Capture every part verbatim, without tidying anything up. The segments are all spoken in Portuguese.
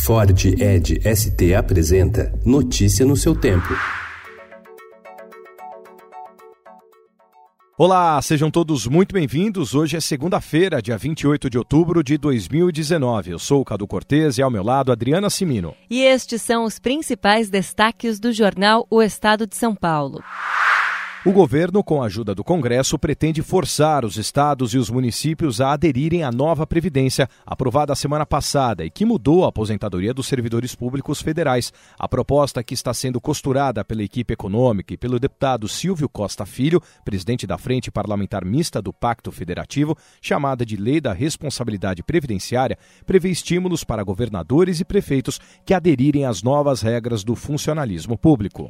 Ford Edge S T apresenta Notícia no seu tempo. Olá, sejam todos muito bem-vindos. Hoje é segunda-feira, dia vinte e oito de outubro de dois mil e dezenove. Eu sou o Cadu Cortez e ao meu lado Adriana Cimino. E estes são os principais destaques do jornal O Estado de São Paulo. O governo, com a ajuda do Congresso, pretende forçar os estados e os municípios a aderirem à nova Previdência, aprovada a semana passada e que mudou a aposentadoria dos servidores públicos federais. A proposta, que está sendo costurada pela equipe econômica e pelo deputado Silvio Costa Filho, presidente da Frente Parlamentar Mista do Pacto Federativo, chamada de Lei da Responsabilidade Previdenciária, prevê estímulos para governadores e prefeitos que aderirem às novas regras do funcionalismo público.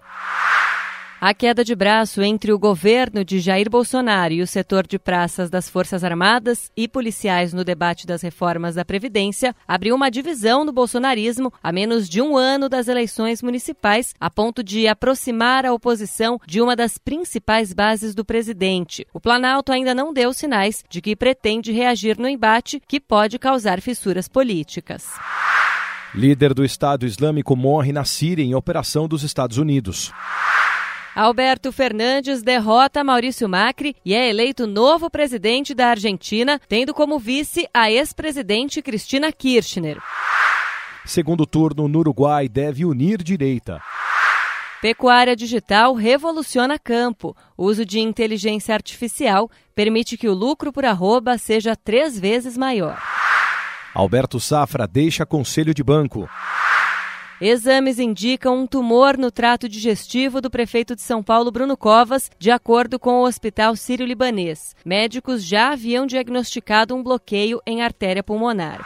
A queda de braço entre o governo de Jair Bolsonaro e o setor de praças das Forças Armadas e policiais no debate das reformas da Previdência abriu uma divisão no bolsonarismo a menos de um ano das eleições municipais, a ponto de aproximar a oposição de uma das principais bases do presidente. O Planalto ainda não deu sinais de que pretende reagir no embate, que pode causar fissuras políticas. Líder do Estado Islâmico morre na Síria em operação dos Estados Unidos. Alberto Fernandes derrota Maurício Macri e é eleito novo presidente da Argentina, tendo como vice a ex-presidente Cristina Kirchner. Segundo turno no Uruguai deve unir direita. Pecuária digital revoluciona campo. O uso de inteligência artificial permite que o lucro por arroba seja três vezes maior. Alberto Safra deixa conselho de banco. Exames indicam um tumor no trato digestivo do prefeito de São Paulo, Bruno Covas, de acordo com o Hospital Sírio-Libanês. Médicos já haviam diagnosticado um bloqueio em artéria pulmonar.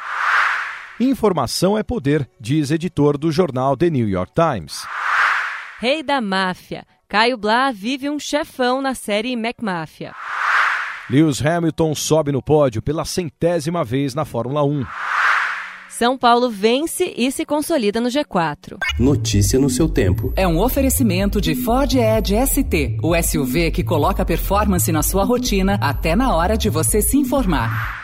Informação é poder, diz editor do jornal The New York Times. Rei da máfia. Caio Blá vive um chefão na série McMáfia. Lewis Hamilton sobe no pódio pela centésima vez na Fórmula um. São Paulo vence e se consolida no G quatro. Notícia no seu tempo. É um oferecimento de Ford Edge S T, o S U V que coloca performance na sua rotina até na hora de você se informar.